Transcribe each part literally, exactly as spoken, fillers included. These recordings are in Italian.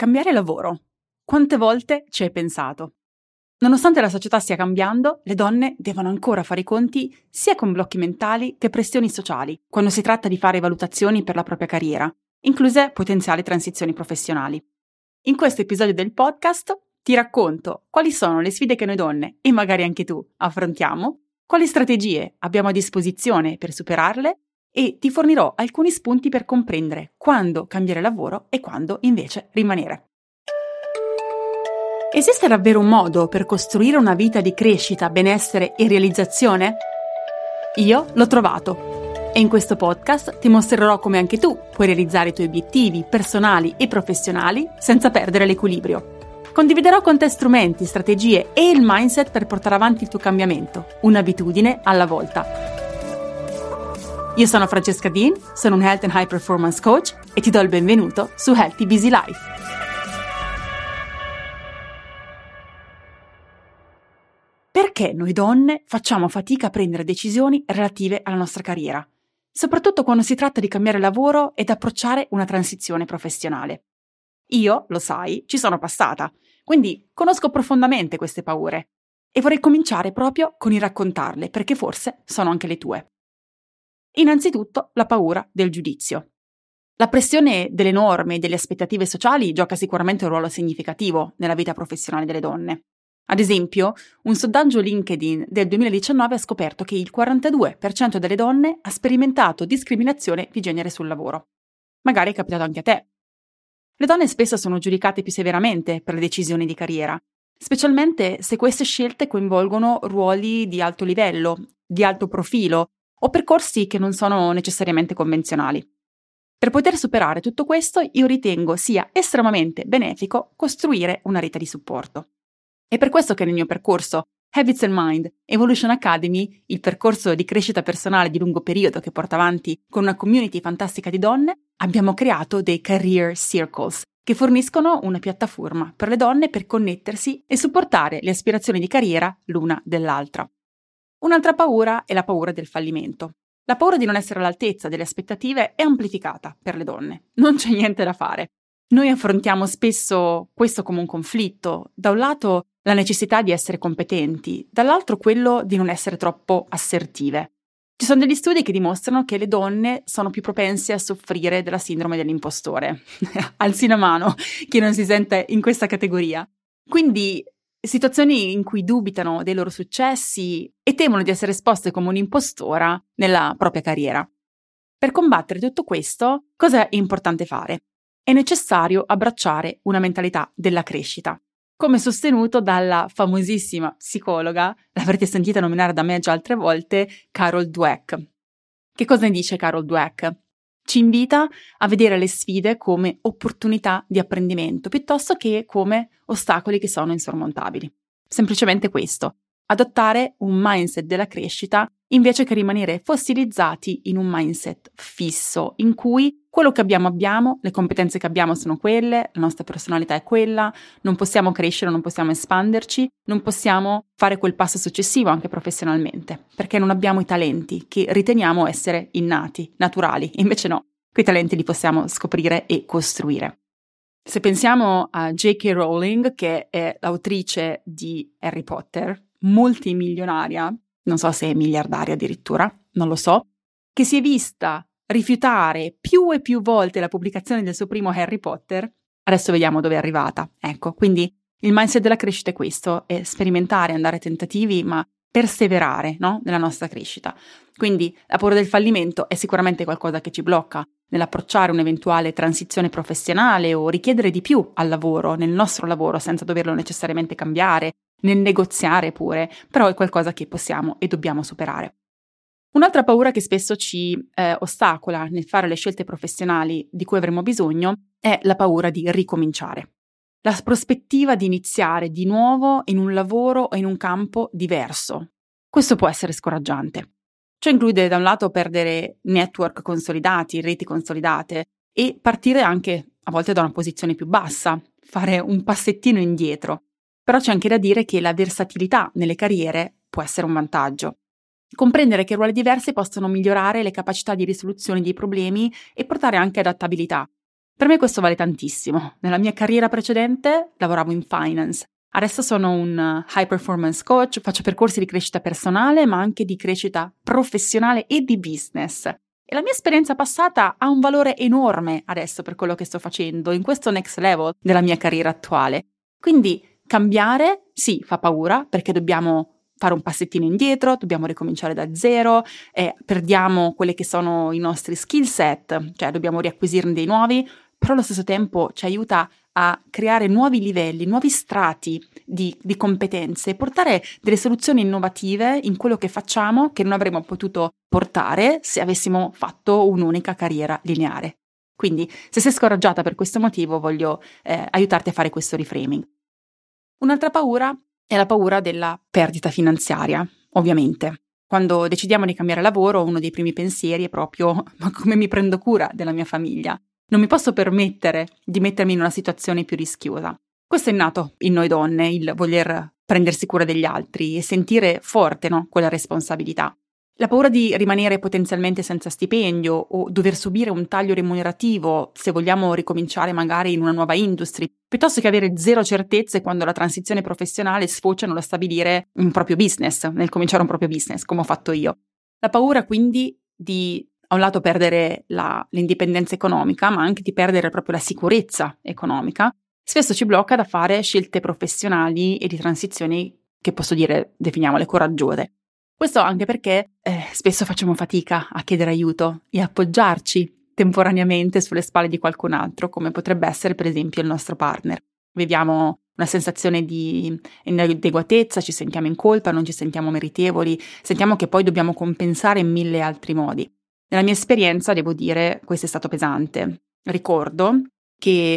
Cambiare lavoro. Quante volte ci hai pensato? Nonostante la società stia cambiando, le donne devono ancora fare i conti sia con blocchi mentali che pressioni sociali quando si tratta di fare valutazioni per la propria carriera, incluse potenziali transizioni professionali. In questo episodio del podcast ti racconto quali sono le sfide che noi donne, e magari anche tu, affrontiamo, quali strategie abbiamo a disposizione per superarle e ti fornirò alcuni spunti per comprendere quando cambiare lavoro e quando invece rimanere. Esiste davvero un modo per costruire una vita di crescita, benessere e realizzazione? Io l'ho trovato e in questo podcast ti mostrerò come anche tu puoi realizzare i tuoi obiettivi personali e professionali senza perdere l'equilibrio. Condividerò con te strumenti, strategie e il mindset per portare avanti il tuo cambiamento, un'abitudine alla volta. Io sono Francesca Dean, sono un Health and High Performance Coach e ti do il benvenuto su Healthy Busy Life. Perché noi donne facciamo fatica a prendere decisioni relative alla nostra carriera, soprattutto quando si tratta di cambiare lavoro ed approcciare una transizione professionale? Io, lo sai, ci sono passata, quindi conosco profondamente queste paure e vorrei cominciare proprio con il raccontarle perché forse sono anche le tue. Innanzitutto la paura del giudizio. La pressione delle norme e delle aspettative sociali gioca sicuramente un ruolo significativo nella vita professionale delle donne. Ad esempio, un sondaggio LinkedIn del duemiladiciannove ha scoperto che il quarantadue per cento delle donne ha sperimentato discriminazione di genere sul lavoro. Magari è capitato anche a te. Le donne spesso sono giudicate più severamente per le decisioni di carriera, specialmente se queste scelte coinvolgono ruoli di alto livello, di alto profilo, o percorsi che non sono necessariamente convenzionali. Per poter superare tutto questo, io ritengo sia estremamente benefico costruire una rete di supporto. È per questo che nel mio percorso Habits and Mind Evolution Academy, il percorso di crescita personale di lungo periodo che porta avanti con una community fantastica di donne, abbiamo creato dei Career Circles, che forniscono una piattaforma per le donne per connettersi e supportare le aspirazioni di carriera l'una dell'altra. Un'altra paura è la paura del fallimento. La paura di non essere all'altezza delle aspettative è amplificata per le donne. Non c'è niente da fare. Noi affrontiamo spesso questo come un conflitto. Da un lato la necessità di essere competenti, dall'altro quello di non essere troppo assertive. Ci sono degli studi che dimostrano che le donne sono più propense a soffrire della sindrome dell'impostore. Alzi la mano chi non si sente in questa categoria. Quindi situazioni in cui dubitano dei loro successi e temono di essere esposte come un'impostora nella propria carriera. Per combattere tutto questo, cosa è importante fare? È necessario abbracciare una mentalità della crescita, come sostenuto dalla famosissima psicologa, l'avrete sentita nominare da me già altre volte, Carol Dweck. Che cosa ne dice Carol Dweck? Ci invita a vedere le sfide come opportunità di apprendimento piuttosto che come ostacoli che sono insormontabili. Semplicemente questo, adottare un mindset della crescita invece che rimanere fossilizzati in un mindset fisso in cui quello che abbiamo abbiamo, le competenze che abbiamo sono quelle, la nostra personalità è quella, non possiamo crescere, non possiamo espanderci, non possiamo fare quel passo successivo anche professionalmente, perché non abbiamo i talenti che riteniamo essere innati, naturali, invece no, quei talenti li possiamo scoprire e costruire. Se pensiamo a J K Rowling, che è l'autrice di Harry Potter, multimilionaria, non so se è miliardaria addirittura, non lo so, che si è vista rifiutare più e più volte la pubblicazione del suo primo Harry Potter, adesso vediamo dove è arrivata. Ecco, quindi il mindset della crescita è questo, è sperimentare, andare a tentativi, ma perseverare, no? Nella nostra crescita. Quindi la paura del fallimento è sicuramente qualcosa che ci blocca nell'approcciare un'eventuale transizione professionale o richiedere di più al lavoro, nel nostro lavoro, senza doverlo necessariamente cambiare, nel negoziare pure, però è qualcosa che possiamo e dobbiamo superare. Un'altra paura che spesso ci eh, ostacola nel fare le scelte professionali di cui avremo bisogno è la paura di ricominciare. La prospettiva di iniziare di nuovo in un lavoro o in un campo diverso. Questo può essere scoraggiante. Ciò include da un lato perdere network consolidati, reti consolidate e partire anche a volte da una posizione più bassa, fare un passettino indietro. Però c'è anche da dire che la versatilità nelle carriere può essere un vantaggio. Comprendere che ruoli diversi possono migliorare le capacità di risoluzione dei problemi e portare anche adattabilità. Per me questo vale tantissimo. Nella mia carriera precedente lavoravo in finance. Adesso sono un high performance coach, faccio percorsi di crescita personale, ma anche di crescita professionale e di business. E la mia esperienza passata ha un valore enorme adesso per quello che sto facendo, in questo next level della mia carriera attuale. Quindi cambiare, sì, fa paura, perché dobbiamo fare un passettino indietro, dobbiamo ricominciare da zero, e perdiamo quelli che sono i nostri skill set, cioè dobbiamo riacquisirne dei nuovi, però allo stesso tempo ci aiuta a creare nuovi livelli, nuovi strati di, di competenze e portare delle soluzioni innovative in quello che facciamo che non avremmo potuto portare se avessimo fatto un'unica carriera lineare. Quindi, se sei scoraggiata per questo motivo, voglio eh, aiutarti a fare questo reframing. Un'altra paura è la paura della perdita finanziaria, ovviamente. Quando decidiamo di cambiare lavoro, uno dei primi pensieri è proprio: ma come mi prendo cura della mia famiglia? Non mi posso permettere di mettermi in una situazione più rischiosa. Questo è nato in noi donne, il voler prendersi cura degli altri e sentire forte, no, quella responsabilità. La paura di rimanere potenzialmente senza stipendio o dover subire un taglio remunerativo se vogliamo ricominciare magari in una nuova industria, piuttosto che avere zero certezze quando la transizione professionale sfocia nello stabilire un proprio business, nel cominciare un proprio business, come ho fatto io. La paura quindi di, a un lato, perdere la, l'indipendenza economica, ma anche di perdere proprio la sicurezza economica, spesso ci blocca da fare scelte professionali e di transizioni che posso dire, definiamole coraggiose. Questo anche perché eh, spesso facciamo fatica a chiedere aiuto e appoggiarci temporaneamente sulle spalle di qualcun altro, come potrebbe essere per esempio il nostro partner. Viviamo una sensazione di inadeguatezza, ci sentiamo in colpa, non ci sentiamo meritevoli, sentiamo che poi dobbiamo compensare in mille altri modi. Nella mia esperienza, devo dire, questo è stato pesante. Ricordo che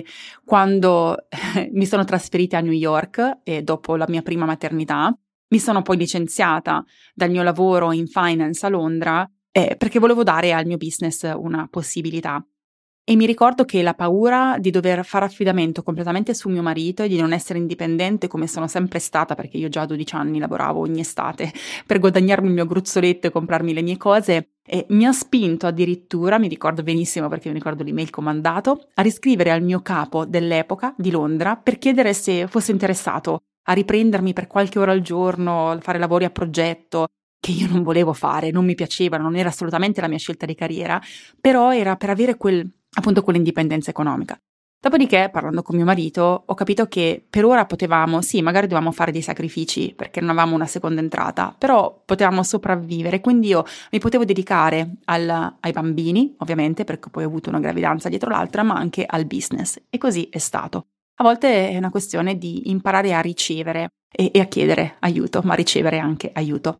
quando eh, mi sono trasferita a New York e dopo la mia prima maternità, mi sono poi licenziata dal mio lavoro in finance a Londra eh, perché volevo dare al mio business una possibilità. E mi ricordo che la paura di dover fare affidamento completamente su mio marito e di non essere indipendente come sono sempre stata, perché io già a dodici anni lavoravo ogni estate per guadagnarmi il mio gruzzoletto e comprarmi le mie cose, e mi ha spinto addirittura, mi ricordo benissimo perché mi ricordo l'email che ho mandato, a riscrivere al mio capo dell'epoca di Londra per chiedere se fosse interessato a riprendermi per qualche ora al giorno, fare lavori a progetto, che io non volevo fare, non mi piaceva, non era assolutamente la mia scelta di carriera, però era per avere quel, appunto quell'indipendenza economica. Dopodiché, parlando con mio marito, ho capito che per ora potevamo, sì, magari dovevamo fare dei sacrifici perché non avevamo una seconda entrata, però potevamo sopravvivere, quindi io mi potevo dedicare al, ai bambini, ovviamente, perché poi ho avuto una gravidanza dietro l'altra, ma anche al business, e così è stato. A volte è una questione di imparare a ricevere e, e a chiedere aiuto, ma ricevere anche aiuto.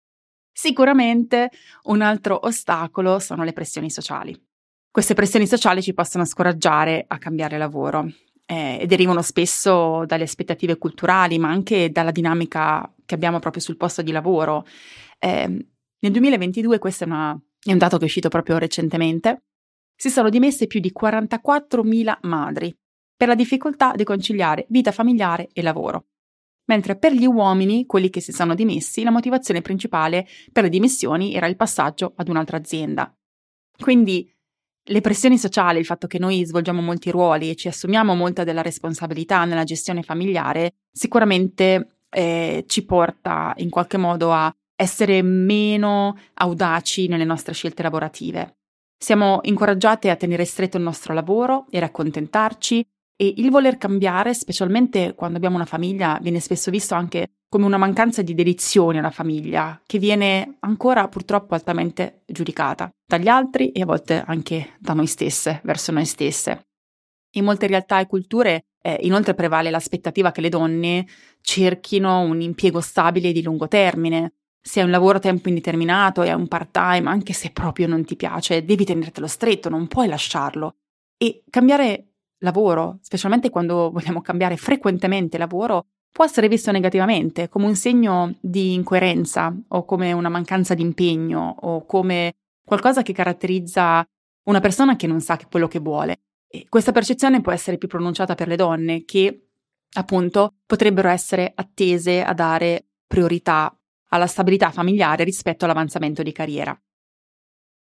Sicuramente un altro ostacolo sono le pressioni sociali. Queste pressioni sociali ci possono scoraggiare a cambiare lavoro eh, e derivano spesso dalle aspettative culturali, ma anche dalla dinamica che abbiamo proprio sul posto di lavoro. Eh, nel duemilaventidue, questo è, una, è un dato che è uscito proprio recentemente, si sono dimesse più di quarantaquattromila madri per la difficoltà di conciliare vita familiare e lavoro. Mentre per gli uomini, quelli che si sono dimessi, la motivazione principale per le dimissioni era il passaggio ad un'altra azienda. Quindi le pressioni sociali, il fatto che noi svolgiamo molti ruoli e ci assumiamo molta della responsabilità nella gestione familiare, sicuramente eh, ci porta in qualche modo a essere meno audaci nelle nostre scelte lavorative. Siamo incoraggiate a tenere stretto il nostro lavoro e accontentarci, e il voler cambiare, specialmente quando abbiamo una famiglia, viene spesso visto anche come una mancanza di dedizione alla famiglia, che viene ancora purtroppo altamente giudicata dagli altri e a volte anche da noi stesse, verso noi stesse. In molte realtà e culture, eh, inoltre, prevale l'aspettativa che le donne cerchino un impiego stabile e di lungo termine. Se hai un lavoro a tempo indeterminato e hai un part-time, anche se proprio non ti piace, devi tenertelo stretto, non puoi lasciarlo. E cambiare lavoro, specialmente quando vogliamo cambiare frequentemente lavoro, può essere visto negativamente, come un segno di incoerenza o come una mancanza di impegno o come qualcosa che caratterizza una persona che non sa che quello che vuole. E questa percezione può essere più pronunciata per le donne che, appunto, potrebbero essere attese a dare priorità alla stabilità familiare rispetto all'avanzamento di carriera.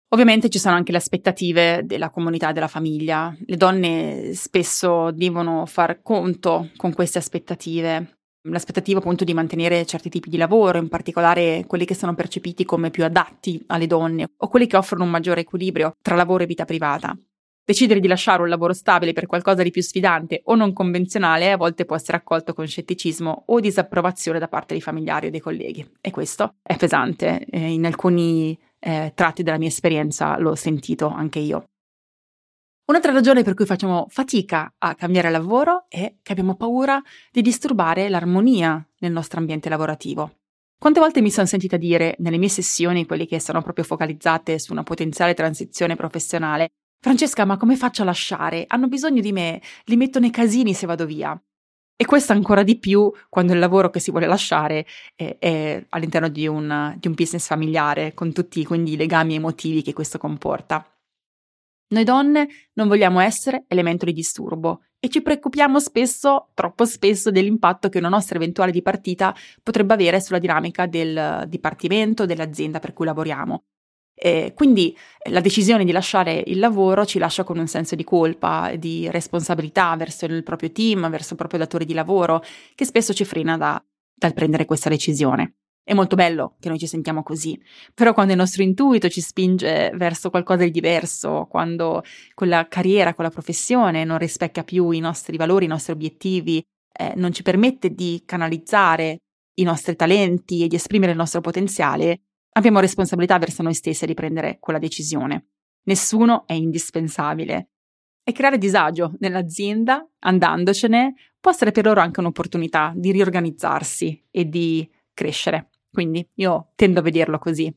Ovviamente ci sono anche le aspettative della comunità e della famiglia. Le donne spesso devono far conto con queste aspettative. L'aspettativa appunto di mantenere certi tipi di lavoro, in particolare quelli che sono percepiti come più adatti alle donne o quelli che offrono un maggiore equilibrio tra lavoro e vita privata. Decidere di lasciare un lavoro stabile per qualcosa di più sfidante o non convenzionale a volte può essere accolto con scetticismo o disapprovazione da parte dei familiari o dei colleghi. E questo è pesante. Eh, in alcuni eh, tratti della mia esperienza l'ho sentito anche io. Un'altra ragione per cui facciamo fatica a cambiare lavoro è che abbiamo paura di disturbare l'armonia nel nostro ambiente lavorativo. Quante volte mi sono sentita dire nelle mie sessioni, quelle che sono proprio focalizzate su una potenziale transizione professionale: Francesca, ma come faccio a lasciare? Hanno bisogno di me, li metto nei casini se vado via. E questo ancora di più quando il lavoro che si vuole lasciare è, è all'interno di un, di un business familiare, con tutti quindi i legami emotivi che questo comporta. Noi donne non vogliamo essere elemento di disturbo e ci preoccupiamo spesso, troppo spesso, dell'impatto che una nostra eventuale dipartita potrebbe avere sulla dinamica del dipartimento, dell'azienda per cui lavoriamo. E quindi la decisione di lasciare il lavoro ci lascia con un senso di colpa, di responsabilità verso il proprio team, verso il proprio datore di lavoro, che spesso ci frena da, dal prendere questa decisione. È molto bello che noi ci sentiamo così, però quando il nostro intuito ci spinge verso qualcosa di diverso, quando quella carriera, quella professione non rispecchia più i nostri valori, i nostri obiettivi, eh, non ci permette di canalizzare i nostri talenti e di esprimere il nostro potenziale, abbiamo responsabilità verso noi stessi di prendere quella decisione. Nessuno è indispensabile. E creare disagio nell'azienda, andandocene, può essere per loro anche un'opportunità di riorganizzarsi e di crescere. Quindi io tendo a vederlo così.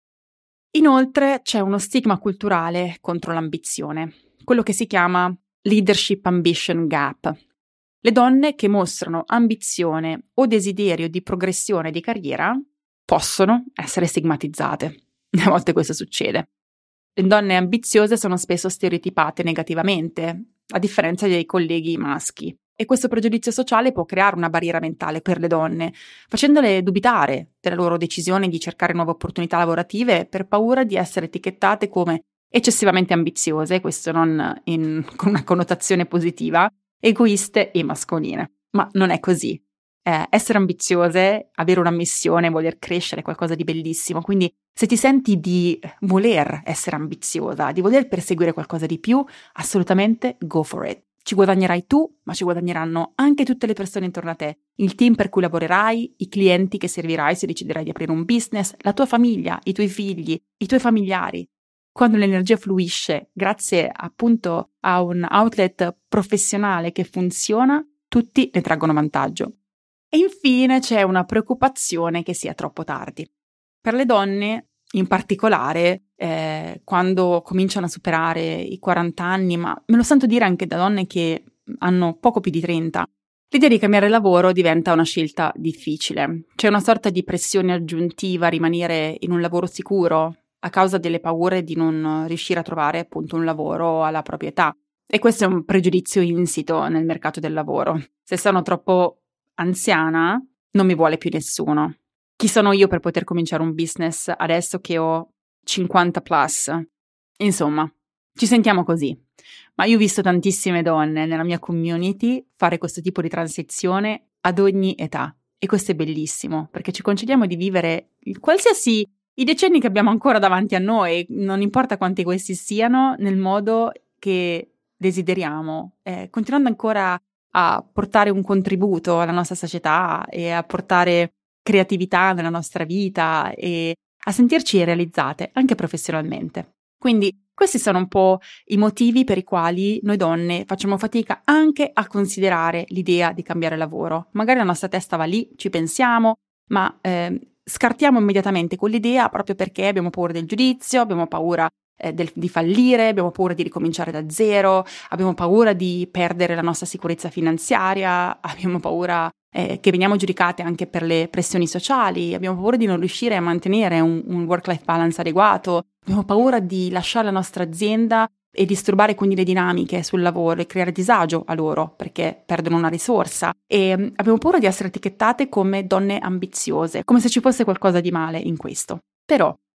Inoltre c'è uno stigma culturale contro l'ambizione, quello che si chiama leadership ambition gap. Le donne che mostrano ambizione o desiderio di progressione di carriera possono essere stigmatizzate. A volte questo succede. Le donne ambiziose sono spesso stereotipate negativamente, a differenza dei colleghi maschi. E questo pregiudizio sociale può creare una barriera mentale per le donne, facendole dubitare della loro decisione di cercare nuove opportunità lavorative per paura di essere etichettate come eccessivamente ambiziose, questo non in, con una connotazione positiva, egoiste e mascoline. Ma non è così. Eh, essere ambiziose, avere una missione, voler crescere è qualcosa di bellissimo. Quindi se ti senti di voler essere ambiziosa, di voler perseguire qualcosa di più, assolutamente go for it. Ci guadagnerai tu, ma ci guadagneranno anche tutte le persone intorno a te, il team per cui lavorerai, i clienti che servirai se deciderai di aprire un business, la tua famiglia, i tuoi figli, i tuoi familiari. Quando l'energia fluisce grazie appunto a un outlet professionale che funziona, tutti ne traggono vantaggio. E infine c'è una preoccupazione che sia troppo tardi. Per le donne, in particolare, eh, quando cominciano a superare i quaranta anni, ma me lo sento dire anche da donne che hanno poco più di trenta, l'idea di cambiare lavoro diventa una scelta difficile. C'è una sorta di pressione aggiuntiva a rimanere in un lavoro sicuro a causa delle paure di non riuscire a trovare appunto un lavoro alla propria età. E questo è un pregiudizio insito nel mercato del lavoro. Se sono troppo anziana, non mi vuole più nessuno. Chi sono io per poter cominciare un business adesso che ho cinquanta plus? Insomma, ci sentiamo così. Ma io ho visto tantissime donne nella mia community fare questo tipo di transizione ad ogni età. E questo è bellissimo, perché ci concediamo di vivere qualsiasi i decenni che abbiamo ancora davanti a noi, non importa quanti questi siano, nel modo che desideriamo, eh, continuando ancora a portare un contributo alla nostra società e a portare creatività nella nostra vita e a sentirci realizzate anche professionalmente. Quindi questi sono un po' i motivi per i quali noi donne facciamo fatica anche a considerare l'idea di cambiare lavoro. Magari la nostra testa va lì, ci pensiamo, ma eh, scartiamo immediatamente quell'idea proprio perché abbiamo paura del giudizio, abbiamo paura eh, del, di fallire, abbiamo paura di ricominciare da zero, abbiamo paura di perdere la nostra sicurezza finanziaria, abbiamo paura eh, che veniamo giudicate anche per le pressioni sociali, abbiamo paura di non riuscire a mantenere un, un work-life balance adeguato, abbiamo paura di lasciare la nostra azienda e disturbare quindi le dinamiche sul lavoro e creare disagio a loro perché perdono una risorsa e um, abbiamo paura di essere etichettate come donne ambiziose, come se ci fosse qualcosa di male in questo. Però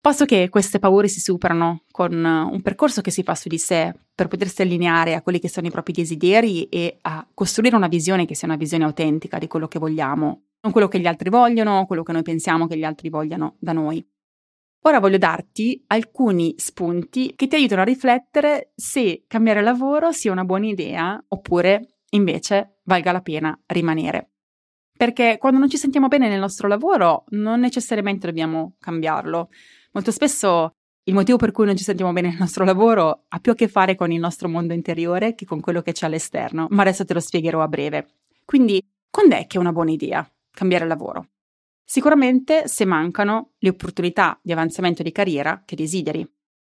Posso che queste paure si superano con un percorso che si fa su di sé per potersi allineare a quelli che sono i propri desideri e a costruire una visione che sia una visione autentica di quello che vogliamo, non quello che gli altri vogliono, quello che noi pensiamo che gli altri vogliano da noi. Ora voglio darti alcuni spunti che ti aiutano a riflettere se cambiare lavoro sia una buona idea oppure invece valga la pena rimanere. Perché quando non ci sentiamo bene nel nostro lavoro non necessariamente dobbiamo cambiarlo. Molto spesso il motivo per cui non ci sentiamo bene nel nostro lavoro ha più a che fare con il nostro mondo interiore che con quello che c'è all'esterno, ma adesso te lo spiegherò a breve. Quindi, quando è che è una buona idea cambiare lavoro? Sicuramente se mancano le opportunità di avanzamento di carriera che desideri.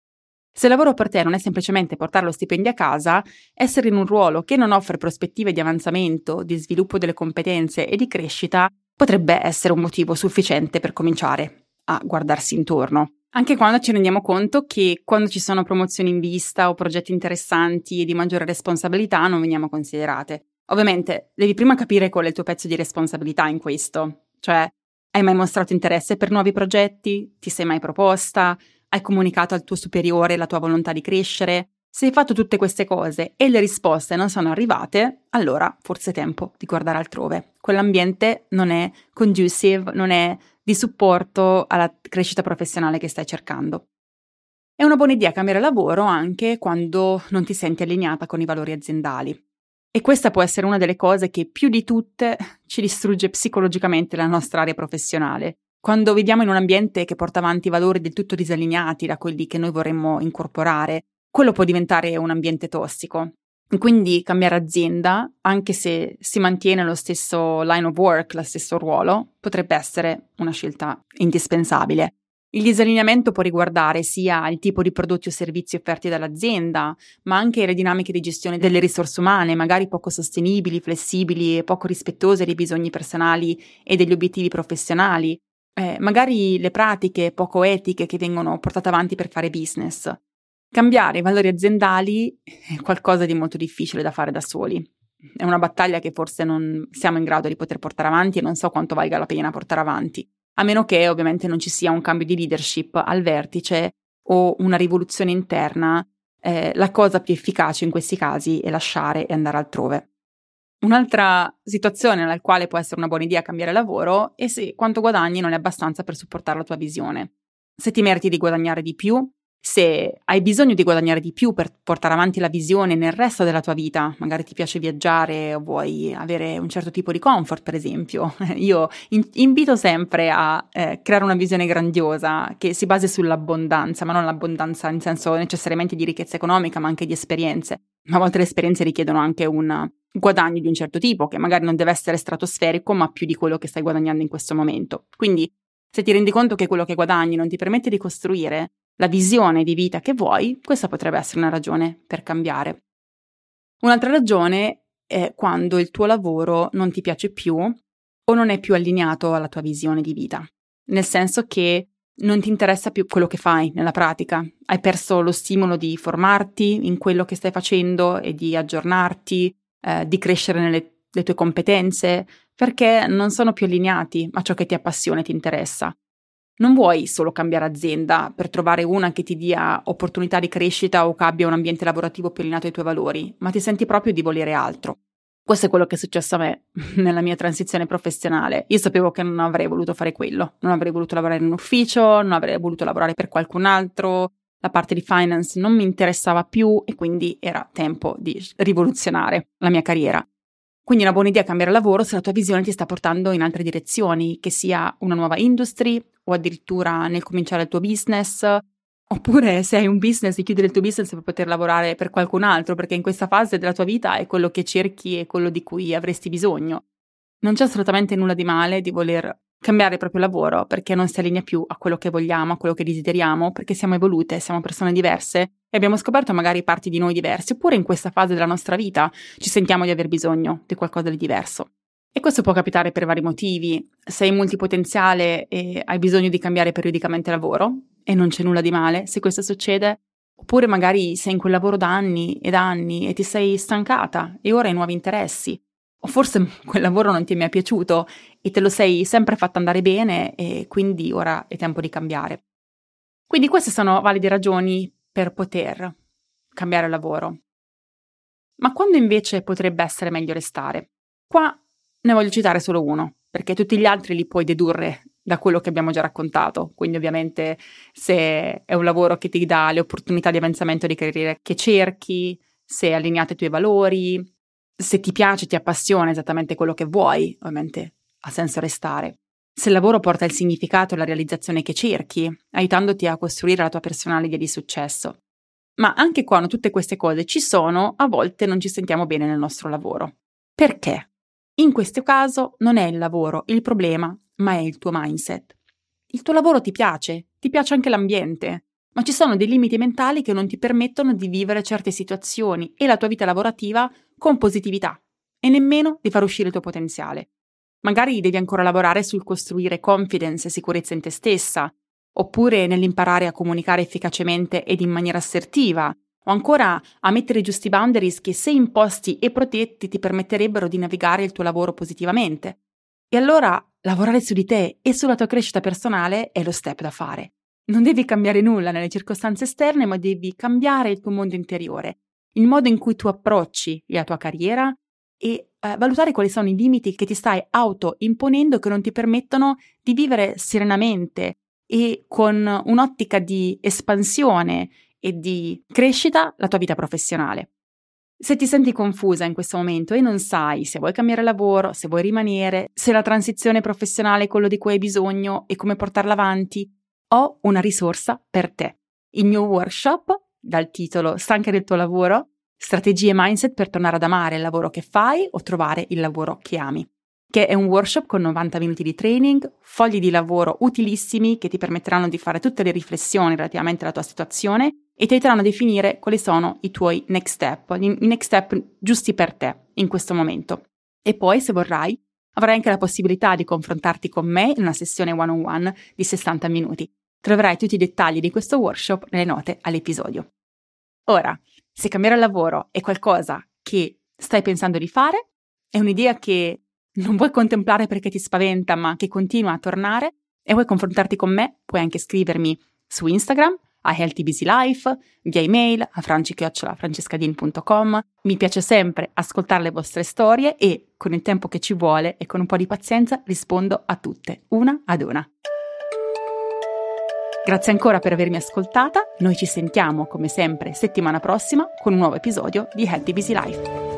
Se il lavoro per te non è semplicemente portare lo stipendio a casa, essere in un ruolo che non offre prospettive di avanzamento, di sviluppo delle competenze e di crescita potrebbe essere un motivo sufficiente per cominciare a guardarsi intorno. Anche quando ci rendiamo conto che quando ci sono promozioni in vista o progetti interessanti e di maggiore responsabilità non veniamo considerate. Ovviamente devi prima capire qual è il tuo pezzo di responsabilità in questo, cioè hai mai mostrato interesse per nuovi progetti? Ti sei mai proposta? Hai comunicato al tuo superiore la tua volontà di crescere? Se hai fatto tutte queste cose e le risposte non sono arrivate, allora forse è tempo di guardare altrove. Quell'ambiente non è conducive, non è di supporto alla crescita professionale che stai cercando. È una buona idea cambiare lavoro anche quando non ti senti allineata con i valori aziendali. E questa può essere una delle cose che più di tutte ci distrugge psicologicamente la nostra area professionale. Quando viviamo in un ambiente che porta avanti valori del tutto disallineati da quelli che noi vorremmo incorporare, quello può diventare un ambiente tossico. Quindi cambiare azienda, anche se si mantiene lo stesso line of work, lo stesso ruolo, potrebbe essere una scelta indispensabile. Il disallineamento può riguardare sia il tipo di prodotti o servizi offerti dall'azienda, ma anche le dinamiche di gestione delle risorse umane, magari poco sostenibili, flessibili e poco rispettose dei bisogni personali e degli obiettivi professionali, eh, magari le pratiche poco etiche che vengono portate avanti per fare business. Cambiare i valori aziendali è qualcosa di molto difficile da fare da soli. È una battaglia che forse non siamo in grado di poter portare avanti e non so quanto valga la pena portare avanti. A meno che ovviamente non ci sia un cambio di leadership al vertice o una rivoluzione interna, eh, la cosa più efficace in questi casi è lasciare e andare altrove. Un'altra situazione nella quale può essere una buona idea cambiare lavoro è se quanto guadagni non è abbastanza per supportare la tua visione. Se ti meriti di guadagnare di più, se hai bisogno di guadagnare di più per portare avanti la visione nel resto della tua vita, magari ti piace viaggiare o vuoi avere un certo tipo di comfort, per esempio. Io in- invito sempre a eh, creare una visione grandiosa che si basi sull'abbondanza, ma non l'abbondanza in senso necessariamente di ricchezza economica, ma anche di esperienze. A volte le esperienze richiedono anche un guadagno di un certo tipo, che magari non deve essere stratosferico, ma più di quello che stai guadagnando in questo momento. Quindi, se ti rendi conto che quello che guadagni non ti permette di costruire la visione di vita che vuoi, questa potrebbe essere una ragione per cambiare. Un'altra ragione è quando il tuo lavoro non ti piace più o non è più allineato alla tua visione di vita, nel senso che non ti interessa più quello che fai nella pratica, hai perso lo stimolo di formarti in quello che stai facendo e di aggiornarti, eh, di crescere nelle le tue competenze, perché non sono più allineati a ciò che ti appassiona e ti interessa. Non vuoi solo cambiare azienda per trovare una che ti dia opportunità di crescita o che abbia un ambiente lavorativo più allineato ai tuoi valori, ma ti senti proprio di volere altro. Questo è quello che è successo a me nella mia transizione professionale. Io sapevo che non avrei voluto fare quello, non avrei voluto lavorare in un ufficio, non avrei voluto lavorare per qualcun altro, la parte di finance non mi interessava più e quindi era tempo di rivoluzionare la mia carriera. Quindi è una buona idea cambiare lavoro se la tua visione ti sta portando in altre direzioni, che sia una nuova industry o addirittura nel cominciare il tuo business, oppure se hai un business di chiudere il tuo business per poter lavorare per qualcun altro, perché in questa fase della tua vita è quello che cerchi e quello di cui avresti bisogno. Non c'è assolutamente nulla di male di voler cambiare il proprio lavoro perché non si allinea più a quello che vogliamo, a quello che desideriamo, perché siamo evolute, siamo persone diverse e abbiamo scoperto magari parti di noi diverse, oppure in questa fase della nostra vita ci sentiamo di aver bisogno di qualcosa di diverso. E questo può capitare per vari motivi. Sei multipotenziale e hai bisogno di cambiare periodicamente lavoro, e non c'è nulla di male se questo succede, oppure magari sei in quel lavoro da anni ed anni e ti sei stancata e ora hai nuovi interessi. O forse quel lavoro non ti è mai piaciuto e te lo sei sempre fatto andare bene e quindi ora è tempo di cambiare. Quindi queste sono valide ragioni per poter cambiare lavoro. Ma quando invece potrebbe essere meglio restare? Qua ne voglio citare solo uno, perché tutti gli altri li puoi dedurre da quello che abbiamo già raccontato. Quindi ovviamente se è un lavoro che ti dà le opportunità di avanzamento di carriera che cerchi, se è allineato ai tuoi valori, se ti piace, ti appassiona esattamente quello che vuoi, ovviamente ha senso restare. Se il lavoro porta il significato e la realizzazione che cerchi, aiutandoti a costruire la tua personale idea di successo. Ma anche quando tutte queste cose ci sono, a volte non ci sentiamo bene nel nostro lavoro. Perché? In questo caso non è il lavoro il problema, ma è il tuo mindset. Il tuo lavoro ti piace, ti piace anche l'ambiente, ma ci sono dei limiti mentali che non ti permettono di vivere certe situazioni e la tua vita lavorativa con positività e nemmeno di far uscire il tuo potenziale. Magari devi ancora lavorare sul costruire confidence e sicurezza in te stessa, oppure nell'imparare a comunicare efficacemente ed in maniera assertiva, o ancora a mettere i giusti boundaries che, se imposti e protetti, ti permetterebbero di navigare il tuo lavoro positivamente. E allora lavorare su di te e sulla tua crescita personale è lo step da fare. Non devi cambiare nulla nelle circostanze esterne, ma devi cambiare il tuo mondo interiore, il modo in cui tu approcci la tua carriera e eh, valutare quali sono i limiti che ti stai auto-imponendo che non ti permettono di vivere serenamente e con un'ottica di espansione e di crescita la tua vita professionale. Se ti senti confusa in questo momento e non sai se vuoi cambiare lavoro, se vuoi rimanere, se la transizione professionale è quello di cui hai bisogno e come portarla avanti, ho una risorsa per te. Il mio workshop, dal titolo Stanca del tuo lavoro, strategie e mindset per tornare ad amare il lavoro che fai o trovare il lavoro che ami, che è un workshop con novanta minuti di training, fogli di lavoro utilissimi che ti permetteranno di fare tutte le riflessioni relativamente alla tua situazione e ti aiuteranno a definire quali sono i tuoi next step, i next step giusti per te in questo momento. E poi, se vorrai, avrai anche la possibilità di confrontarti con me in una sessione one-on-one di sessanta minuti. Troverai tutti i dettagli di questo workshop nelle note all'episodio. Ora, se cambiare lavoro è qualcosa che stai pensando di fare, è un'idea che non vuoi contemplare perché ti spaventa, ma che continua a tornare, e vuoi confrontarti con me, puoi anche scrivermi su Instagram a Healthy Busy Life, via email a franci chiocciola francescadin punto com. Mi piace sempre ascoltare le vostre storie e, con il tempo che ci vuole e con un po' di pazienza, rispondo a tutte, una ad una. Grazie ancora per avermi ascoltata, noi ci sentiamo come sempre settimana prossima con un nuovo episodio di Healthy Busy Life.